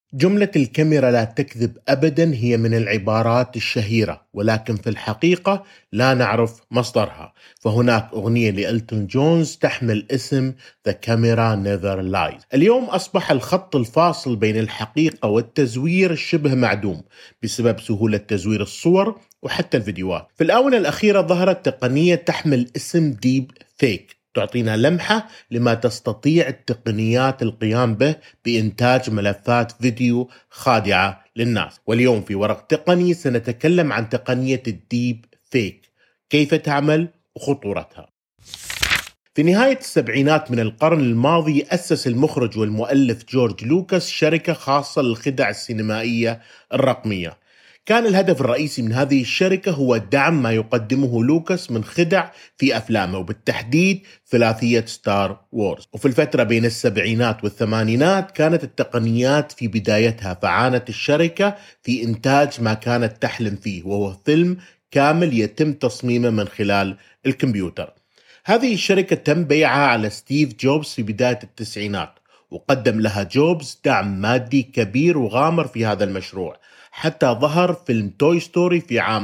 جملة الكاميرا لا تكذب أبدا هي من العبارات الشهيرة، ولكن في الحقيقة لا نعرف مصدرها. فهناك أغنية لإلتون جونز تحمل اسم The Camera Never Lies. اليوم أصبح الخط الفاصل بين الحقيقة والتزوير شبه معدوم بسبب سهولة تزوير الصور وحتى الفيديوهات. في الآونة الأخيرة ظهرت تقنية تحمل اسم ديب فيك، تعطينا لمحة لما تستطيع التقنيات القيام به بإنتاج ملفات فيديو خادعة للناس. واليوم في ورق تقني سنتكلم عن تقنية الديب فيك، كيف تعمل وخطورتها. في نهاية السبعينات من القرن الماضي أسس المخرج والمؤلف جورج لوكاس شركة خاصة للخدع السينمائية الرقمية. كان الهدف الرئيسي من هذه الشركة هو دعم ما يقدمه لوكاس من خدع في أفلامه، وبالتحديد ثلاثية ستار وورز. وفي الفترة بين السبعينات والثمانينات كانت التقنيات في بدايتها، فعانت الشركة في إنتاج ما كانت تحلم فيه، وهو فيلم كامل يتم تصميمه من خلال الكمبيوتر. هذه الشركة تم بيعها على ستيف جوبز في بداية التسعينات، وقدم لها جوبز دعم مادي كبير وغامر في هذا المشروع، حتى ظهر فيلم توي ستوري في عام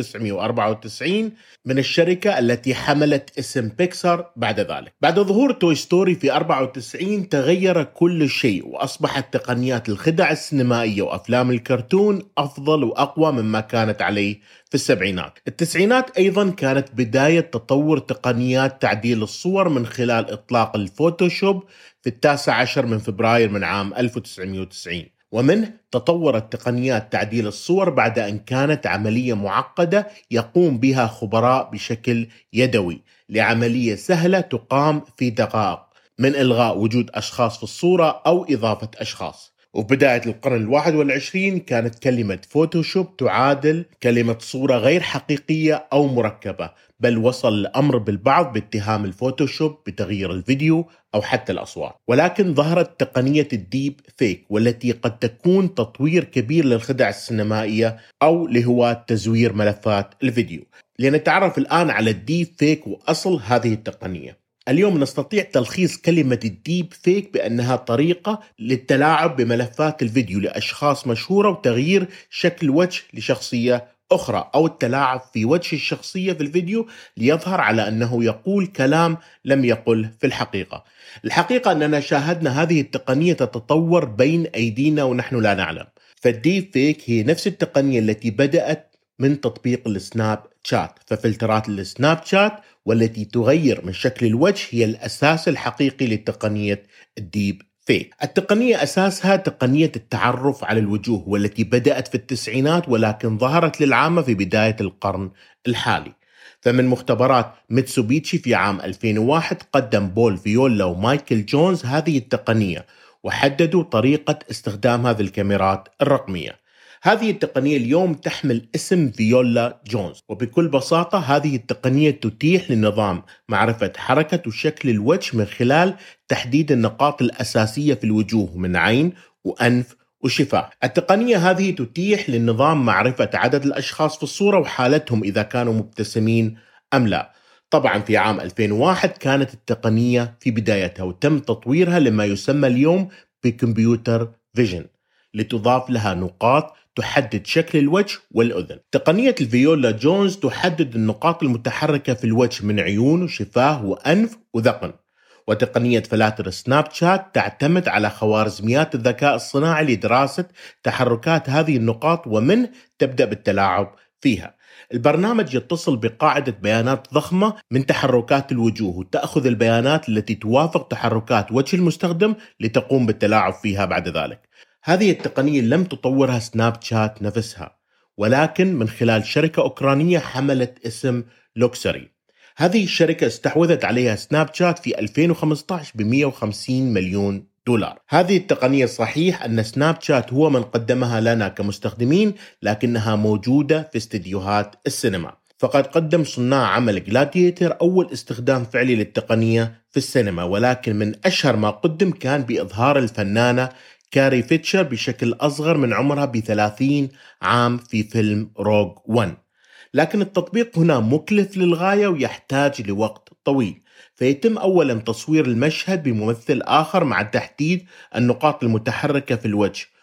1994 من الشركة التي حملت اسم بيكسار بعد ذلك. بعد ظهور توي ستوري في 94 تغير كل شيء، وأصبحت تقنيات الخدع السينمائية وأفلام الكرتون أفضل وأقوى مما كانت عليه في السبعينات. التسعينات أيضا كانت بداية تطور تقنيات تعديل الصور من خلال إطلاق الفوتوشوب في 19 من فبراير من عام 1990. ومنه تطورت تقنيات تعديل الصور بعد أن كانت عملية معقدة يقوم بها خبراء بشكل يدوي لعملية سهلة تقام في دقائق، من إلغاء وجود أشخاص في الصورة أو إضافة أشخاص. وفي بداية القرن 21 كانت كلمة فوتوشوب تعادل كلمة صورة غير حقيقية أو مركبة، بل وصل الأمر بالبعض باتهام الفوتوشوب بتغيير الفيديو أو حتى الأصوات. ولكن ظهرت تقنية الديب فيك، والتي قد تكون تطوير كبير للخدع السينمائية أو لهواة تزوير ملفات الفيديو. لنتعرف الآن على الديب فيك وأصل هذه التقنية. اليوم نستطيع تلخيص كلمة الديب فيك بأنها طريقة للتلاعب بملفات الفيديو لأشخاص مشهورة وتغيير شكل وجه لشخصية أخرى، أو التلاعب في وجه الشخصية في الفيديو ليظهر على أنه يقول كلام لم يقله في الحقيقة. الحقيقة أننا شاهدنا هذه التقنية تتطور بين أيدينا ونحن لا نعلم. فالديب فيك هي نفس التقنية التي بدأت من تطبيق السناب شات، ففلترات السناب شات والتي تغير من شكل الوجه هي الأساس الحقيقي لتقنية الديب فيك. التقنية أساسها تقنية التعرف على الوجوه، والتي بدأت في التسعينات ولكن ظهرت للعامة في بداية القرن الحالي. فمن مختبرات ميتسوبيشي في عام 2001 قدم بول فيولا ومايكل جونز هذه التقنية، وحددوا طريقة استخدام هذه الكاميرات الرقمية. هذه التقنية اليوم تحمل اسم فيولا جونز، وبكل بساطة هذه التقنية تتيح للنظام معرفة حركة وشكل الوجه من خلال تحديد النقاط الأساسية في الوجوه من عين وأنف وشفاه. التقنية هذه تتيح للنظام معرفة عدد الأشخاص في الصورة وحالتهم إذا كانوا مبتسمين أم لا. طبعا في عام 2001 كانت التقنية في بدايتها، وتم تطويرها لما يسمى اليوم بكمبيوتر فيجن، لتضاف لها نقاط تحدد شكل الوجه والأذن. تقنية الفيولا جونز تحدد النقاط المتحركة في الوجه من عيون وشفاه وأنف وذقن. وتقنية فلاتر سناب شات تعتمد على خوارزميات الذكاء الصناعي لدراسة تحركات هذه النقاط، ومنه تبدأ بالتلاعب فيها. البرنامج يتصل بقاعدة بيانات ضخمة من تحركات الوجوه، وتأخذ البيانات التي توافق تحركات وجه المستخدم لتقوم بالتلاعب فيها بعد ذلك. هذه التقنية لم تطورها سناب شات نفسها، ولكن من خلال شركة أوكرانية حملت اسم لوكسري. هذه الشركة استحوذت عليها سناب شات في 2015 ب$150 مليون. هذه التقنية صحيح أن سناب شات هو من قدمها لنا كمستخدمين، لكنها موجودة في استديوهات السينما. فقد قدم صناع عمل جلاديتر أول استخدام فعلي للتقنية في السينما، ولكن من أشهر ما قدم كان بإظهار الفنانة كاري فيتشر بشكل أصغر من عمرها ب30 عام في فيلم روغ ون. لكن التطبيق هنا مكلف للغاية ويحتاج لوقت طويل، فيتم أولا تصوير المشهد بممثل آخر مع تحديد النقاط المتحركة في الوجه،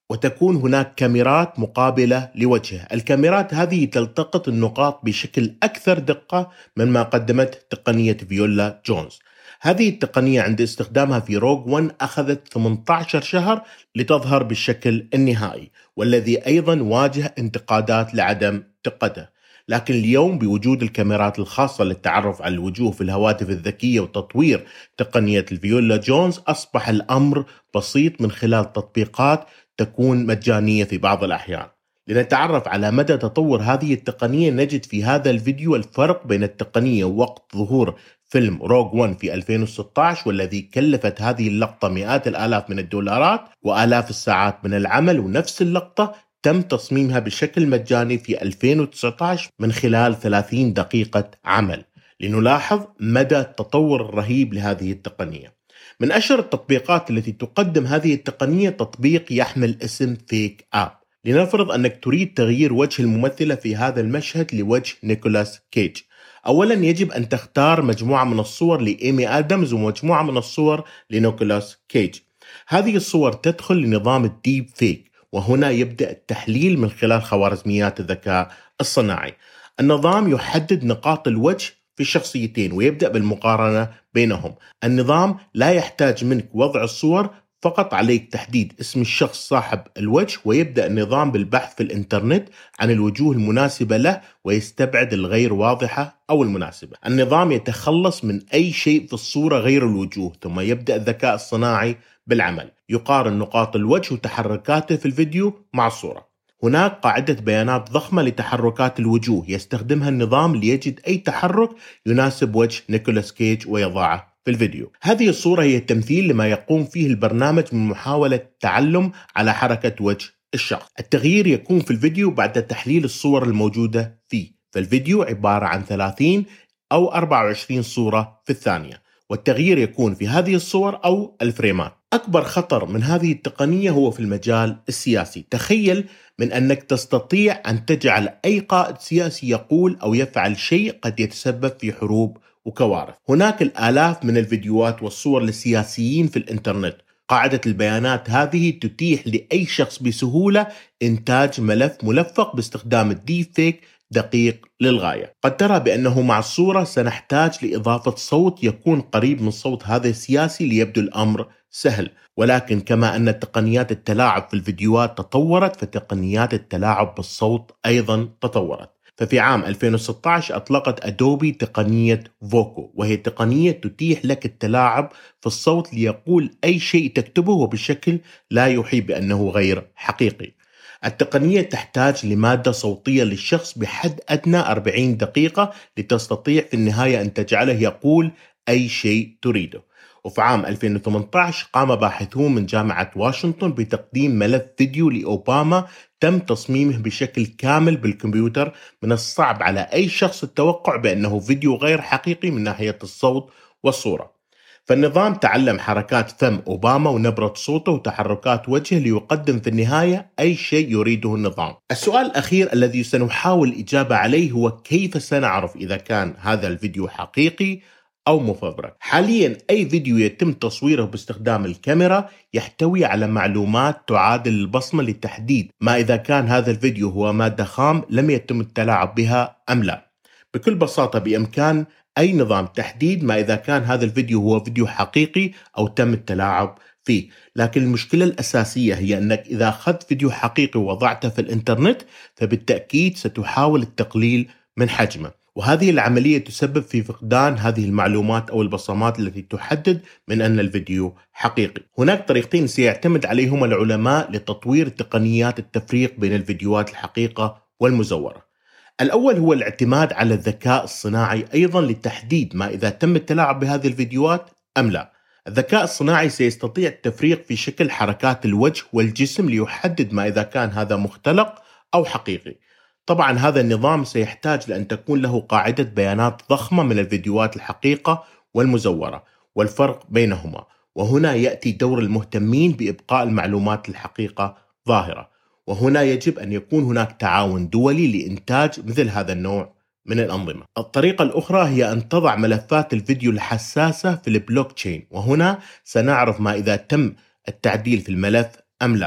وتكون هناك كاميرات مقابلة لوجهه. الكاميرات هذه تلتقط النقاط بشكل أكثر دقة مما قدمت تقنية فيولا جونز. هذه التقنية عند استخدامها في روغ 1 أخذت 18 شهر لتظهر بالشكل النهائي، والذي أيضا واجه انتقادات لعدم دقته. لكن اليوم بوجود الكاميرات الخاصة للتعرف على الوجوه في الهواتف الذكية وتطوير تقنية الفيولا جونز، أصبح الأمر بسيط من خلال تطبيقات تكون مجانية في بعض الأحيان. لنتعرف على مدى تطور هذه التقنية نجد في هذا الفيديو الفرق بين التقنية وقت ظهور فيلم روغ 1 في 2016، والذي كلفت هذه اللقطة مئات الآلاف من الدولارات وآلاف الساعات من العمل، ونفس اللقطة تم تصميمها بشكل مجاني في 2019 من خلال 30 دقيقة عمل. لنلاحظ مدى التطور الرهيب لهذه التقنية. من أشهر التطبيقات التي تقدم هذه التقنية تطبيق يحمل اسم فيك آب. لنفرض أنك تريد تغيير وجه الممثلة في هذا المشهد لوجه نيكولاس كيج. أولا يجب أن تختار مجموعة من الصور لإيمي آدمز ومجموعة من الصور لنيكولاس كيج. هذه الصور تدخل لنظام الديب فيك، وهنا يبدأ التحليل من خلال خوارزميات الذكاء الصناعي. النظام يحدد نقاط الوجه في الشخصيتين ويبدأ بالمقارنة بينهم. النظام لا يحتاج منك وضع الصور، فقط عليك تحديد اسم الشخص صاحب الوجه، ويبدأ النظام بالبحث في الإنترنت عن الوجوه المناسبة له ويستبعد الغير واضحة أو المناسبة. النظام يتخلص من أي شيء في الصورة غير الوجوه، ثم يبدأ الذكاء الصناعي بالعمل، يقارن نقاط الوجه وتحركاته في الفيديو مع الصورة. هناك قاعدة بيانات ضخمة لتحركات الوجوه يستخدمها النظام ليجد أي تحرك يناسب وجه نيكولاس كيج ويضعه في الفيديو. هذه الصورة هي تمثيل لما يقوم فيه البرنامج من محاولة تعلم على حركة وجه الشخص. التغيير يكون في الفيديو بعد تحليل الصور الموجودة فيه، فالفيديو عبارة عن 30 أو 24 صورة في الثانية، والتغيير يكون في هذه الصور أو الفريمات. أكبر خطر من هذه التقنية هو في المجال السياسي. تخيل من أنك تستطيع أن تجعل أي قائد سياسي يقول أو يفعل شيء قد يتسبب في حروب وكوارث. هناك الآلاف من الفيديوهات والصور للسياسيين في الإنترنت. قاعدة البيانات هذه تتيح لأي شخص بسهولة إنتاج ملف ملفق باستخدام الديب فيك دقيق للغاية. قد ترى بأنه مع الصورة سنحتاج لإضافة صوت يكون قريب من صوت هذا السياسي ليبدو الأمر سهل، ولكن كما أن تقنيات التلاعب في الفيديوهات تطورت، فتقنيات التلاعب بالصوت أيضا تطورت. ففي عام 2016 أطلقت أدوبي تقنية فوكو، وهي تقنية تتيح لك التلاعب في الصوت ليقول أي شيء تكتبه وبشكل لا يوحي بأنه غير حقيقي. التقنية تحتاج لمادة صوتية للشخص بحد أدنى 40 دقيقة لتستطيع في النهاية أن تجعله يقول أي شيء تريده. وفي عام 2018 قام باحثون من جامعة واشنطن بتقديم ملف فيديو لأوباما تم تصميمه بشكل كامل بالكمبيوتر. من الصعب على أي شخص التوقع بأنه فيديو غير حقيقي من ناحية الصوت والصورة. فالنظام تعلم حركات فم أوباما ونبرة صوته وتحركات وجهه ليقدم في النهاية أي شيء يريده النظام. السؤال الأخير الذي سنحاول الإجابة عليه هو كيف سنعرف إذا كان هذا الفيديو حقيقي أو مفبرك؟ حاليا أي فيديو يتم تصويره باستخدام الكاميرا يحتوي على معلومات تعادل البصمة لتحديد ما إذا كان هذا الفيديو هو مادة خام لم يتم التلاعب بها أم لا. بكل بساطة بإمكان أي نظام تحديد ما إذا كان هذا الفيديو هو فيديو حقيقي أو تم التلاعب فيه. لكن المشكلة الأساسية هي أنك إذا أخذت فيديو حقيقي ووضعته في الإنترنت فبالتأكيد ستحاول التقليل من حجمه، وهذه العملية تسبب في فقدان هذه المعلومات أو البصمات التي تحدد من أن الفيديو حقيقي. هناك طريقتين سيعتمد عليهما العلماء لتطوير تقنيات التفريق بين الفيديوهات الحقيقة والمزورة. الأول هو الاعتماد على الذكاء الصناعي أيضا لتحديد ما إذا تم التلاعب بهذه الفيديوهات أم لا. الذكاء الصناعي سيستطيع التفريق في شكل حركات الوجه والجسم ليحدد ما إذا كان هذا مختلق أو حقيقي. طبعا هذا النظام سيحتاج لأن تكون له قاعدة بيانات ضخمة من الفيديوهات الحقيقة والمزورة والفرق بينهما، وهنا يأتي دور المهتمين بإبقاء المعلومات الحقيقة ظاهرة. وهنا يجب أن يكون هناك تعاون دولي لإنتاج مثل هذا النوع من الأنظمة. الطريقة الأخرى هي أن تضع ملفات الفيديو الحساسة في البلوك تشين، وهنا سنعرف ما إذا تم التعديل في الملف أم لا.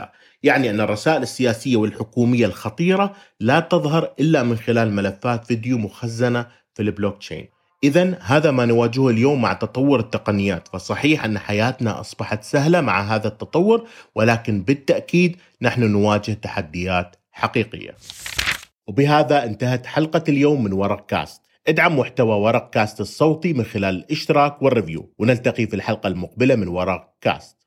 يعني أن الرسائل السياسية والحكومية الخطيرة لا تظهر إلا من خلال ملفات فيديو مخزنة في البلوك تشين. إذن هذا ما نواجهه اليوم مع تطور التقنيات. فصحيح أن حياتنا أصبحت سهلة مع هذا التطور، ولكن بالتأكيد نحن نواجه تحديات حقيقية. وبهذا انتهت حلقة اليوم من ورق كاست. ادعم محتوى ورق كاست الصوتي من خلال الاشتراك والريفيو، ونلتقي في الحلقة المقبلة من ورق كاست.